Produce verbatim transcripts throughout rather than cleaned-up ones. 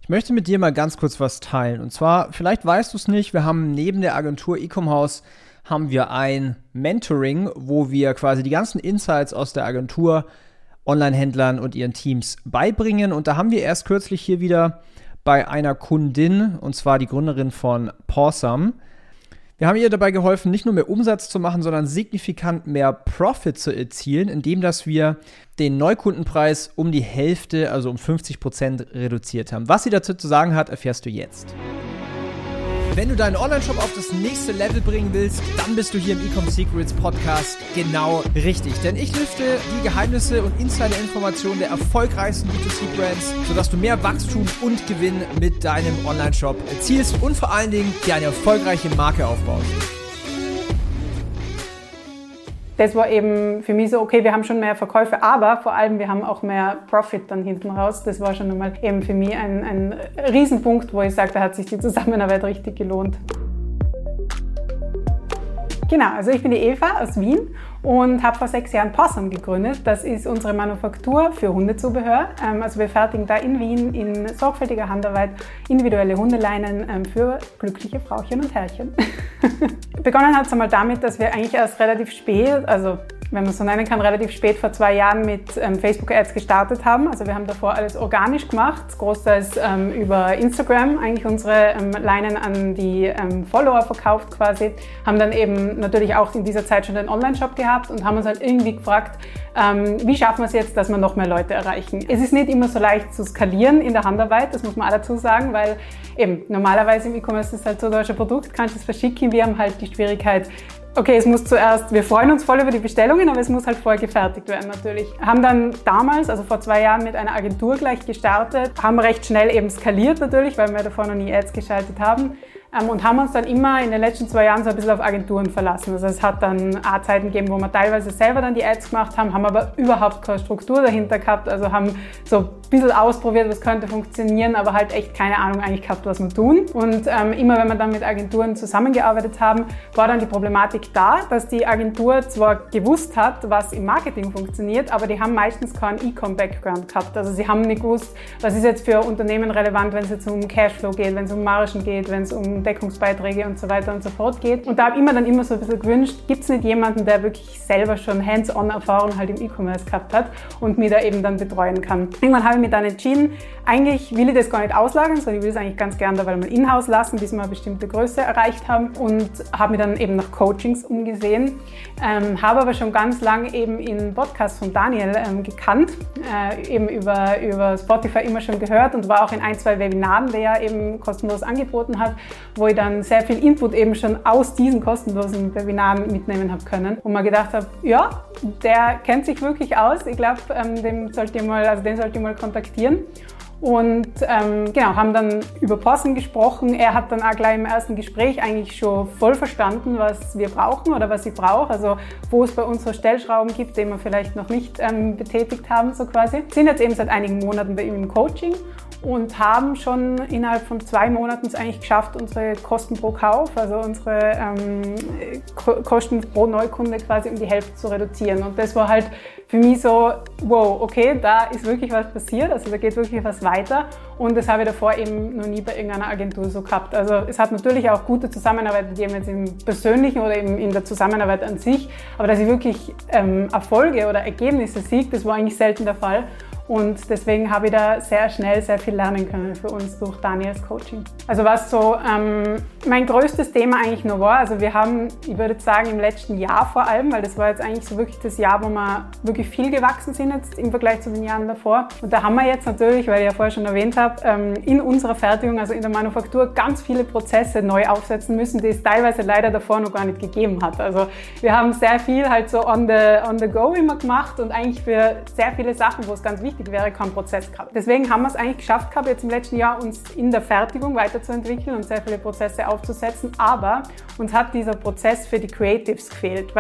Ich möchte mit dir mal ganz kurz was teilen. Und zwar, vielleicht weißt du es nicht, wir haben neben der Agentur Ecomhouse haben wir ein Mentoring, wo wir quasi die ganzen Insights aus der Agentur Online-Händlern und ihren Teams beibringen. Und da haben wir erst kürzlich hier wieder bei einer Kundin, und zwar die Gründerin von Pawsome. Wir haben ihr dabei geholfen, nicht nur mehr Umsatz zu machen, sondern signifikant mehr Profit zu erzielen, indem dass wir den Neukundenpreis um die Hälfte, also um fünfzig Prozent reduziert haben. Was sie dazu zu sagen hat, erfährst du jetzt. Wenn du deinen Online-Shop auf das nächste Level bringen willst, dann bist du hier im Ecom Secrets Podcast genau richtig. Denn ich lüfte die Geheimnisse und Insider-Informationen der erfolgreichsten B zwei C-Brands, sodass du mehr Wachstum und Gewinn mit deinem Online-Shop erzielst und vor allen Dingen dir eine erfolgreiche Marke aufbaust. Das war eben für mich so, okay, wir haben schon mehr Verkäufe, aber vor allem wir haben auch mehr Profit dann hinten raus. Das war schon einmal eben für mich ein, ein Riesenpunkt, wo ich sage, da hat sich die Zusammenarbeit richtig gelohnt. Genau, also ich bin die Eva aus Wien und habe vor sechs Jahren Pawsome gegründet. Das ist unsere Manufaktur für Hundezubehör. Also wir fertigen da in Wien in sorgfältiger Handarbeit individuelle Hundeleinen für glückliche Frauchen und Herrchen. Begonnen hat es einmal damit, dass wir eigentlich erst relativ spät, also wenn man es so nennen kann, relativ spät vor zwei Jahren mit ähm, Facebook-Ads gestartet haben. Also wir haben davor alles organisch gemacht, großteils ähm, über Instagram eigentlich unsere ähm, Leinen an die ähm, Follower verkauft quasi, haben dann eben natürlich auch in dieser Zeit schon den Online-Shop gehabt und haben uns halt irgendwie gefragt, ähm, wie schaffen wir es jetzt, dass wir noch mehr Leute erreichen. Es ist nicht immer so leicht zu skalieren in der Handarbeit, das muss man auch dazu sagen, weil eben normalerweise im E-Commerce ist halt so, du hast ein Produkt, kannst es verschicken, wir haben halt die Schwierigkeit, okay, es muss zuerst, wir freuen uns voll über die Bestellungen, aber es muss halt vorher gefertigt werden natürlich. Haben dann damals, also vor zwei Jahren mit einer Agentur gleich gestartet, haben recht schnell eben skaliert natürlich, weil wir davor noch nie Ads geschaltet haben. Und haben uns dann immer in den letzten zwei Jahren so ein bisschen auf Agenturen verlassen. Also es hat dann auch Zeiten gegeben, wo wir teilweise selber dann die Ads gemacht haben, haben aber überhaupt keine Struktur dahinter gehabt. Also haben so ein bisschen ausprobiert, was könnte funktionieren, aber halt echt keine Ahnung eigentlich gehabt, was wir tun. Und ähm, immer wenn wir dann mit Agenturen zusammengearbeitet haben, war dann die Problematik da, dass die Agentur zwar gewusst hat, was im Marketing funktioniert, aber die haben meistens keinen E-Com-Background gehabt. Also sie haben nicht gewusst, was ist jetzt für Unternehmen relevant, wenn es jetzt um Cashflow geht, wenn es um Margen geht, wenn es um Deckungsbeiträge und so weiter und so fort geht. Und da habe ich mir dann immer so ein bisschen gewünscht, gibt es nicht jemanden, der wirklich selber schon Hands-on-Erfahrung halt im E-Commerce gehabt hat und mich da eben dann betreuen kann. Irgendwann habe ich mich dann entschieden, eigentlich will ich das gar nicht auslagern, sondern ich will es eigentlich ganz gerne da weil mal in-house lassen, bis wir eine bestimmte Größe erreicht haben und habe mich dann eben nach Coachings umgesehen. Ähm, habe aber schon ganz lange eben in Podcasts von Daniel ähm, gekannt, äh, eben über, über Spotify immer schon gehört und war auch in ein, zwei Webinaren, der er eben kostenlos angeboten hat, wo ich dann sehr viel Input eben schon aus diesen kostenlosen Webinaren mitnehmen habe können und mir gedacht habe, ja, der kennt sich wirklich aus, ich glaube, ähm, den sollte ich mal, also den sollte ich mal kontaktieren. Und ähm, genau, haben dann über Pawsome gesprochen. Er hat dann auch gleich im ersten Gespräch eigentlich schon voll verstanden, was wir brauchen oder was ich brauche. Also wo es bei uns so Stellschrauben gibt, die wir vielleicht noch nicht ähm, betätigt haben, so quasi. Sind jetzt eben seit einigen Monaten bei ihm im Coaching und haben schon innerhalb von zwei Monaten es eigentlich geschafft, unsere Kosten pro Kauf, also unsere ähm, Kosten pro Neukunde quasi um die Hälfte zu reduzieren. Und das war halt für mich so, wow, okay, da ist wirklich was passiert, also da geht wirklich was weiter und das habe ich davor eben noch nie bei irgendeiner Agentur so gehabt. Also es hat natürlich auch gute Zusammenarbeit gegeben, jetzt im Persönlichen oder eben in der Zusammenarbeit an sich, aber dass ich wirklich ähm, Erfolge oder Ergebnisse sehe, das war eigentlich selten der Fall. Und deswegen habe ich da sehr schnell sehr viel lernen können für uns durch Daniels Coaching. Also was so ähm, mein größtes Thema eigentlich nur war, also wir haben, ich würde sagen im letzten Jahr vor allem, weil das war jetzt eigentlich so wirklich das Jahr, wo wir wirklich viel gewachsen sind jetzt im Vergleich zu den Jahren davor. Und da haben wir jetzt natürlich, weil ich ja vorher schon erwähnt habe, ähm, in unserer Fertigung, also in der Manufaktur, ganz viele Prozesse neu aufsetzen müssen, die es teilweise leider davor noch gar nicht gegeben hat. Also wir haben sehr viel halt so on the, on the go immer gemacht und eigentlich für sehr viele Sachen, wo es ganz wichtig wäre, kein Prozess gehabt. Deswegen haben wir es eigentlich geschafft gehabt, jetzt im letzten Jahr uns in der Fertigung weiterzuentwickeln und sehr viele Prozesse aufzusetzen, aber uns hat dieser Prozess für die Creatives gefehlt, weil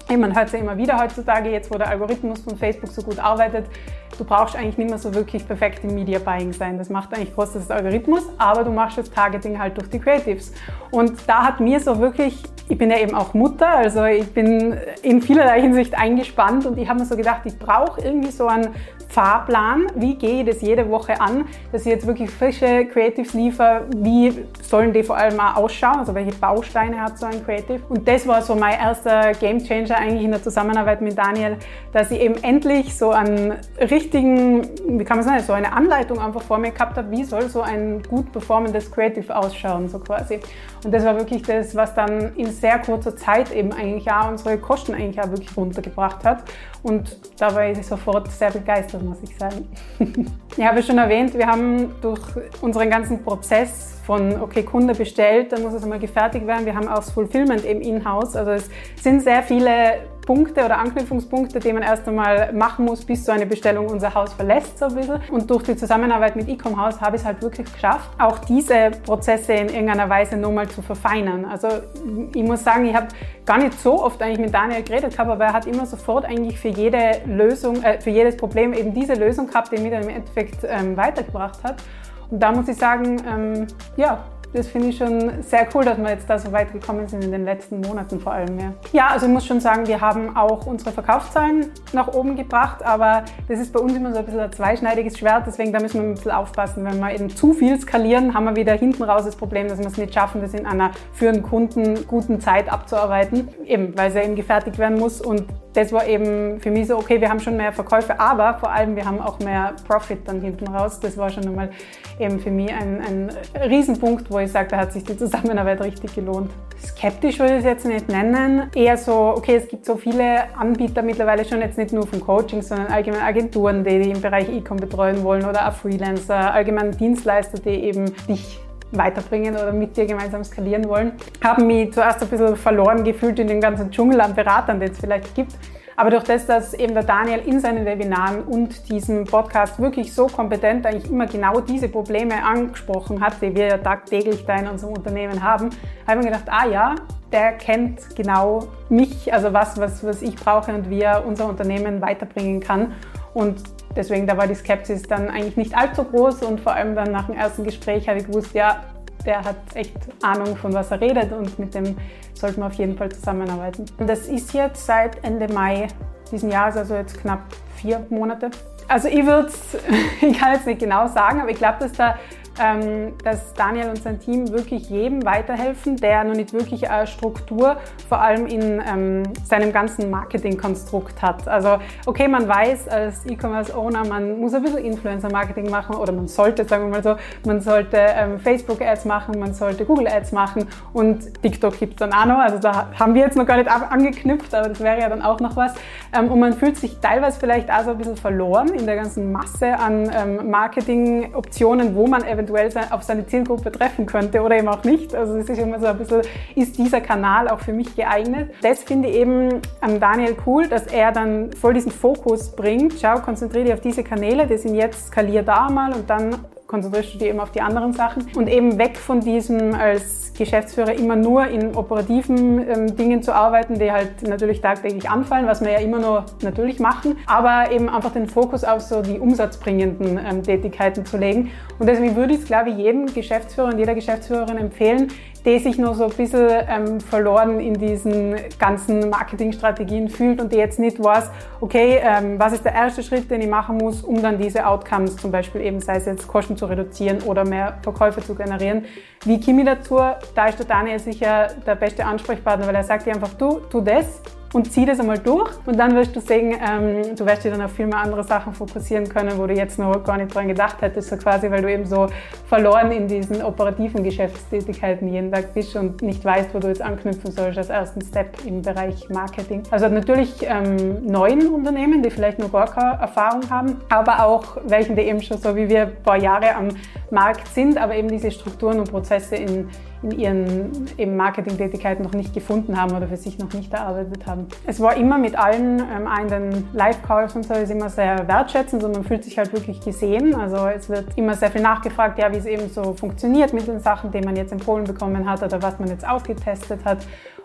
Man hört es ja immer wieder heutzutage, jetzt wo der Algorithmus von Facebook so gut arbeitet, du brauchst eigentlich nicht mehr so wirklich perfekt im Media Buying sein. Das macht eigentlich großes Algorithmus, aber du machst das Targeting halt durch die Creatives. Und da hat mir so wirklich, ich bin ja eben auch Mutter, also ich bin in vielerlei Hinsicht eingespannt und ich habe mir so gedacht, ich brauche irgendwie so einen Fahrplan, wie gehe ich das jede Woche an, dass ich jetzt wirklich frische Creatives liefere, wie sollen die vor allem auch ausschauen, also welche Bausteine hat so ein Creative. Und das war so mein erster Gamechanger eigentlich in der Zusammenarbeit mit Daniel, dass ich eben endlich so einen richtigen, wie kann man sagen, so eine Anleitung einfach vor mir gehabt habe, wie soll so ein gut performendes Creative ausschauen, so quasi. Und das war wirklich das, was dann in sehr kurzer Zeit eben eigentlich auch unsere Kosten eigentlich auch wirklich runtergebracht hat. Und da war ich sofort sehr begeistert, muss ich sagen. Ich habe schon erwähnt, wir haben durch unseren ganzen Prozess von, okay, Kunde bestellt, dann muss es einmal gefertigt werden. Wir haben auch das Fulfillment eben in-house. Also es sind sehr viele Punkte oder Anknüpfungspunkte, die man erst einmal machen muss, bis so eine Bestellung unser Haus verlässt, so ein bisschen. Und durch die Zusammenarbeit mit Ecom-Haus habe ich es halt wirklich geschafft, auch diese Prozesse in irgendeiner Weise nochmal zu verfeinern. Also ich muss sagen, ich habe gar nicht so oft eigentlich mit Daniel geredet gehabt, aber er hat immer sofort eigentlich für jede Lösung, äh, für jedes Problem eben diese Lösung gehabt, die mir dann im Endeffekt ähm, weitergebracht hat. Und da muss ich sagen, ähm, ja, das finde ich schon sehr cool, dass wir jetzt da so weit gekommen sind in den letzten Monaten vor allem. Ja, ja, also ich muss schon sagen, wir haben auch unsere Verkaufszahlen nach oben gebracht, aber das ist bei uns immer so ein bisschen ein zweischneidiges Schwert, deswegen da müssen wir ein bisschen aufpassen. Wenn wir eben zu viel skalieren, haben wir wieder hinten raus das Problem, dass wir es nicht schaffen, das in einer für einen Kunden guten Zeit abzuarbeiten, eben weil es ja eben gefertigt werden muss. Und das war eben für mich so, okay, wir haben schon mehr Verkäufe, aber vor allem wir haben auch mehr Profit dann hinten raus. Das war schon einmal eben für mich ein, ein Riesenpunkt, wo ich sage, da hat sich die Zusammenarbeit richtig gelohnt. Skeptisch würde ich es jetzt nicht nennen. Eher so, okay, es gibt so viele Anbieter mittlerweile schon, jetzt nicht nur vom Coaching, sondern allgemein Agenturen, die, die im Bereich E-Com betreuen wollen oder auch Freelancer, allgemein Dienstleister, die eben dich weiterbringen oder mit dir gemeinsam skalieren wollen. Haben mich zuerst ein bisschen verloren gefühlt in dem ganzen Dschungel an Beratern, den es vielleicht gibt. Aber durch das, dass eben der Daniel in seinen Webinaren und diesem Podcast wirklich so kompetent eigentlich immer genau diese Probleme angesprochen hat, die wir ja tagtäglich da in unserem Unternehmen haben, habe ich mir gedacht, ah ja, der kennt genau mich, also was, was, was ich brauche und wie er unser Unternehmen weiterbringen kann. Und deswegen, da war die Skepsis dann eigentlich nicht allzu groß und vor allem dann nach dem ersten Gespräch habe ich gewusst, ja, der hat echt Ahnung, von was er redet und mit dem sollten wir auf jeden Fall zusammenarbeiten. Und das ist jetzt seit Ende Mai diesen Jahres, also jetzt knapp vier Monate. Also ich würde es, ich kann jetzt nicht genau sagen, aber ich glaube, dass da Ähm, dass Daniel und sein Team wirklich jedem weiterhelfen, der noch nicht wirklich eine Struktur, vor allem in ähm, seinem ganzen Marketingkonstrukt hat. Also okay, man weiß als E-Commerce-Owner, man muss ein bisschen Influencer-Marketing machen oder man sollte, sagen wir mal so, man sollte ähm, Facebook-Ads machen, man sollte Google-Ads machen und TikTok gibt es dann auch noch, also da haben wir jetzt noch gar nicht angeknüpft, aber das wäre ja dann auch noch was. Ähm, und man fühlt sich teilweise vielleicht auch so ein bisschen verloren in der ganzen Masse an ähm, Marketing-Optionen, wo man eventuell auf seine Zielgruppe treffen könnte oder eben auch nicht. Also es ist immer so ein bisschen, ist dieser Kanal auch für mich geeignet? Das finde ich eben am Daniel cool, dass er dann voll diesen Fokus bringt. Schau, konzentriere dich auf diese Kanäle, die sind jetzt, skalier da mal und dann konzentrierst du dich eben auf die anderen Sachen und eben weg von diesem als Geschäftsführer immer nur in operativen ähm, Dingen zu arbeiten, die halt natürlich tagtäglich anfallen, was wir ja immer nur natürlich machen, aber eben einfach den Fokus auf so die umsatzbringenden ähm, Tätigkeiten zu legen. Und deswegen würde ich es, glaube ich, jedem Geschäftsführer und jeder Geschäftsführerin empfehlen, die sich noch so ein bisschen ähm, verloren in diesen ganzen Marketingstrategien fühlt und die jetzt nicht weiß, okay, ähm, was ist der erste Schritt, den ich machen muss, um dann diese Outcomes, zum Beispiel eben, sei es jetzt Kosten zu reduzieren oder mehr Verkäufe zu generieren. Wie komme ich dazu? Da ist der Daniel sicher der beste Ansprechpartner, weil er sagt dir einfach, du, tu das und zieh das einmal durch und dann wirst du sehen, ähm, du wirst dich dann auf viel mehr andere Sachen fokussieren können, wo du jetzt noch gar nicht dran gedacht hättest, so quasi, weil du eben so verloren in diesen operativen Geschäftstätigkeiten jeden Tag bist und nicht weißt, wo du jetzt anknüpfen sollst als ersten Step im Bereich Marketing. Also natürlich ähm, neuen Unternehmen, die vielleicht noch gar keine Erfahrung haben, aber auch welchen, die eben schon so wie wir ein paar Jahre am Markt sind, aber eben diese Strukturen und Prozesse in, in ihren eben Marketingtätigkeiten noch nicht gefunden haben oder für sich noch nicht erarbeitet haben. Es war immer mit allen, ähm, auch in den Live-Calls und so, ist immer sehr wertschätzend und man fühlt sich halt wirklich gesehen. Also es wird immer sehr viel nachgefragt, ja, wie es eben so funktioniert mit den Sachen, die man jetzt empfohlen bekommen hat oder was man jetzt ausgetestet hat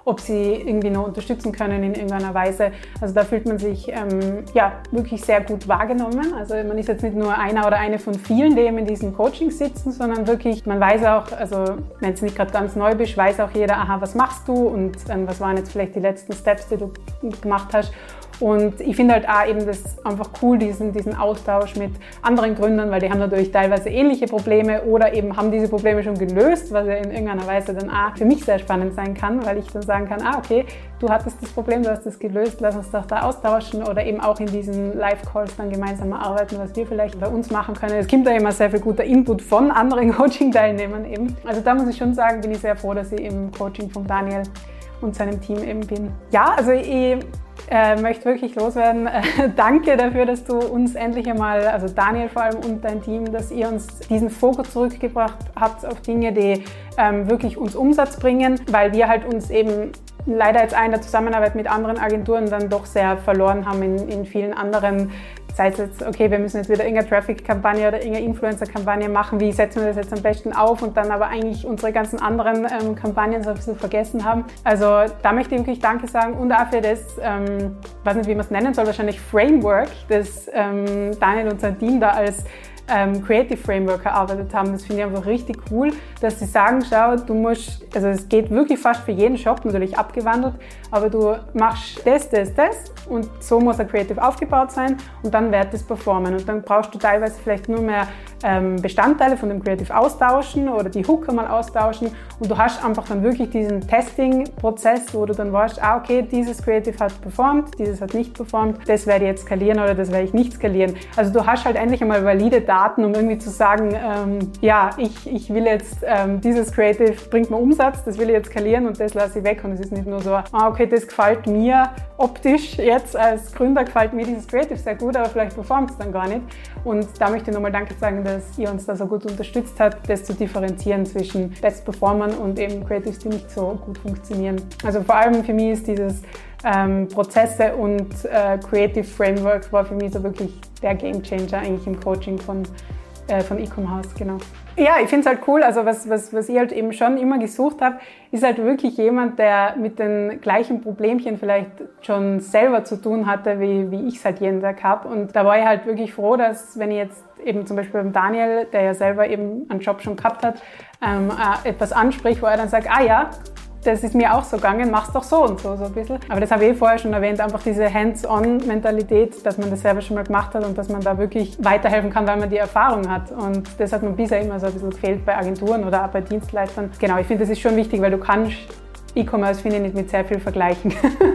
ob sie irgendwie noch unterstützen können in irgendeiner Weise. Also da fühlt man sich ähm, ja, wirklich sehr gut wahrgenommen. Also man ist jetzt nicht nur einer oder eine von vielen, die eben in diesen Coachings sitzen, sondern wirklich, man weiß auch, also wenn es nicht gerade ganz neu bist, weiß auch jeder, aha, was machst du und ähm, was waren jetzt vielleicht die letzten Steps, die du gemacht hast. Und ich finde halt auch eben das einfach cool, diesen, diesen Austausch mit anderen Gründern, weil die haben natürlich teilweise ähnliche Probleme oder eben haben diese Probleme schon gelöst, was ja in irgendeiner Weise dann auch für mich sehr spannend sein kann, weil ich dann sagen kann, ah okay, du hattest das Problem, du hast das gelöst, lass uns doch da austauschen oder eben auch in diesen Live-Calls dann gemeinsam arbeiten, was wir vielleicht bei uns machen können. Es gibt da immer sehr viel guter Input von anderen Coaching-Teilnehmern eben. Also da muss ich schon sagen, bin ich sehr froh, dass ich im Coaching von Daniel und seinem Team eben bin. Ja, also ich äh, möchte wirklich loswerden. Äh, danke dafür, dass du uns endlich einmal, also Daniel vor allem und dein Team, dass ihr uns diesen Fokus zurückgebracht habt auf Dinge, die ähm, wirklich uns Umsatz bringen, weil wir halt uns eben leider jetzt auch in der Zusammenarbeit mit anderen Agenturen dann doch sehr verloren haben in, in vielen anderen, sei es jetzt, okay, wir müssen jetzt wieder irgendeine Traffic-Kampagne oder irgendeine Influencer-Kampagne machen, wie setzen wir das jetzt am besten auf und dann aber eigentlich unsere ganzen anderen ähm, Kampagnen so ein bisschen vergessen haben. Also da möchte ich wirklich Danke sagen und auch für das, ähm, weiß nicht, wie man es nennen soll, wahrscheinlich Framework, das ähm, Daniel und sein Team da als Ähm, Creative Framework erarbeitet haben. Das finde ich einfach richtig cool, dass sie sagen, schau, du musst, also es geht wirklich fast für jeden Shop, natürlich abgewandelt, aber du machst das, das, das und so muss ein Creative aufgebaut sein und dann wird das performen und dann brauchst du teilweise vielleicht nur mehr ähm, Bestandteile von dem Creative austauschen oder die Hook einmal austauschen und du hast einfach dann wirklich diesen Testing-Prozess, wo du dann weißt, ah okay, dieses Creative hat performt, dieses hat nicht performt, das werde ich jetzt skalieren oder das werde ich nicht skalieren. Also du hast halt endlich einmal valide Daten, um irgendwie zu sagen, ähm, ja, ich, ich will jetzt, ähm, dieses Creative bringt mir Umsatz, das will ich jetzt skalieren und das lasse ich weg und es ist nicht nur so, ah, okay, das gefällt mir optisch jetzt als Gründer, gefällt mir dieses Creative sehr gut, aber vielleicht performt es dann gar nicht. Und da möchte ich nochmal Danke sagen, dass ihr uns da so gut unterstützt habt, das zu differenzieren zwischen Best Performern und eben Creatives, die nicht so gut funktionieren. Also vor allem für mich ist dieses ähm, Prozesse und äh, Creative Frameworks war für mich so wirklich der Game Changer eigentlich im Coaching von, äh, von Ecomhouse, genau. Ja, ich finde es halt cool, also was, was, was ich halt eben schon immer gesucht habe, ist halt wirklich jemand, der mit den gleichen Problemchen vielleicht schon selber zu tun hatte, wie, wie ich es halt jeden Tag habe. Und da war ich halt wirklich froh, dass wenn ich jetzt eben zum Beispiel beim Daniel, der ja selber eben einen Job schon gehabt hat, ähm, äh, etwas anspricht, wo er dann sagt, ah ja, das ist mir auch so gegangen, mach's doch so und so, so ein bisschen. Aber das habe ich eh vorher schon erwähnt, einfach diese Hands-on-Mentalität, dass man das selber schon mal gemacht hat und dass man da wirklich weiterhelfen kann, weil man die Erfahrung hat. Und das hat mir bisher immer so ein bisschen gefehlt bei Agenturen oder auch bei Dienstleistern. Genau, ich finde, das ist schon wichtig, weil du kannst E-Commerce, finde ich, nicht mit sehr viel vergleichen.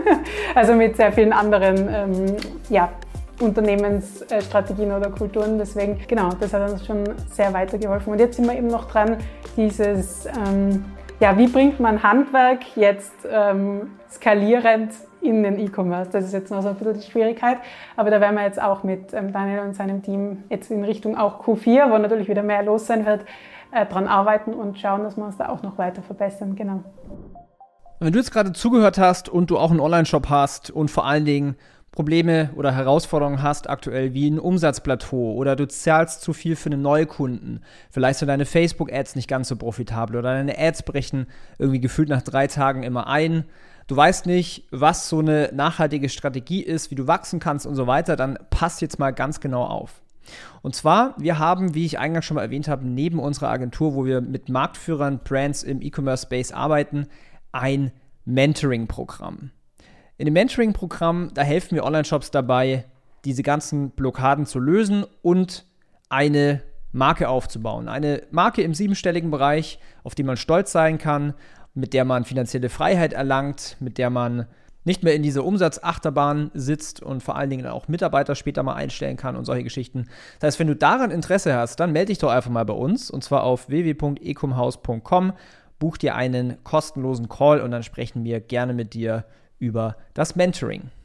Also mit sehr vielen anderen, ähm, ja, Unternehmensstrategien oder Kulturen. Deswegen, genau, das hat uns schon sehr weitergeholfen. Und jetzt sind wir eben noch dran, dieses... Ähm, Ja, wie bringt man Handwerk jetzt ähm, skalierend in den E-Commerce? Das ist jetzt noch so ein bisschen die Schwierigkeit, aber da werden wir jetzt auch mit ähm, Daniel und seinem Team jetzt in Richtung auch Q vier, wo natürlich wieder mehr los sein wird, äh, dran arbeiten und schauen, dass wir uns da auch noch weiter verbessern. Genau. Wenn du jetzt gerade zugehört hast und du auch einen Online-Shop hast und vor allen Dingen Probleme oder Herausforderungen hast aktuell wie ein Umsatzplateau oder du zahlst zu viel für einen Neukunden, vielleicht sind deine Facebook-Ads nicht ganz so profitabel oder deine Ads brechen irgendwie gefühlt nach drei Tagen immer ein, du weißt nicht, was so eine nachhaltige Strategie ist, wie du wachsen kannst und so weiter, dann passt jetzt mal ganz genau auf. Und zwar, wir haben, wie ich eingangs schon mal erwähnt habe, neben unserer Agentur, wo wir mit Marktführern, Brands im E-Commerce-Space arbeiten, ein Mentoring-Programm. In dem Mentoring-Programm, da helfen wir Online-Shops dabei, diese ganzen Blockaden zu lösen und eine Marke aufzubauen. Eine Marke im siebenstelligen Bereich, auf die man stolz sein kann, mit der man finanzielle Freiheit erlangt, mit der man nicht mehr in dieser Umsatzachterbahn sitzt und vor allen Dingen auch Mitarbeiter später mal einstellen kann und solche Geschichten. Das heißt, wenn du daran Interesse hast, dann melde dich doch einfach mal bei uns und zwar auf w w w punkt ecomhouse punkt com, buch dir einen kostenlosen Call und dann sprechen wir gerne mit dir über das Mentoring.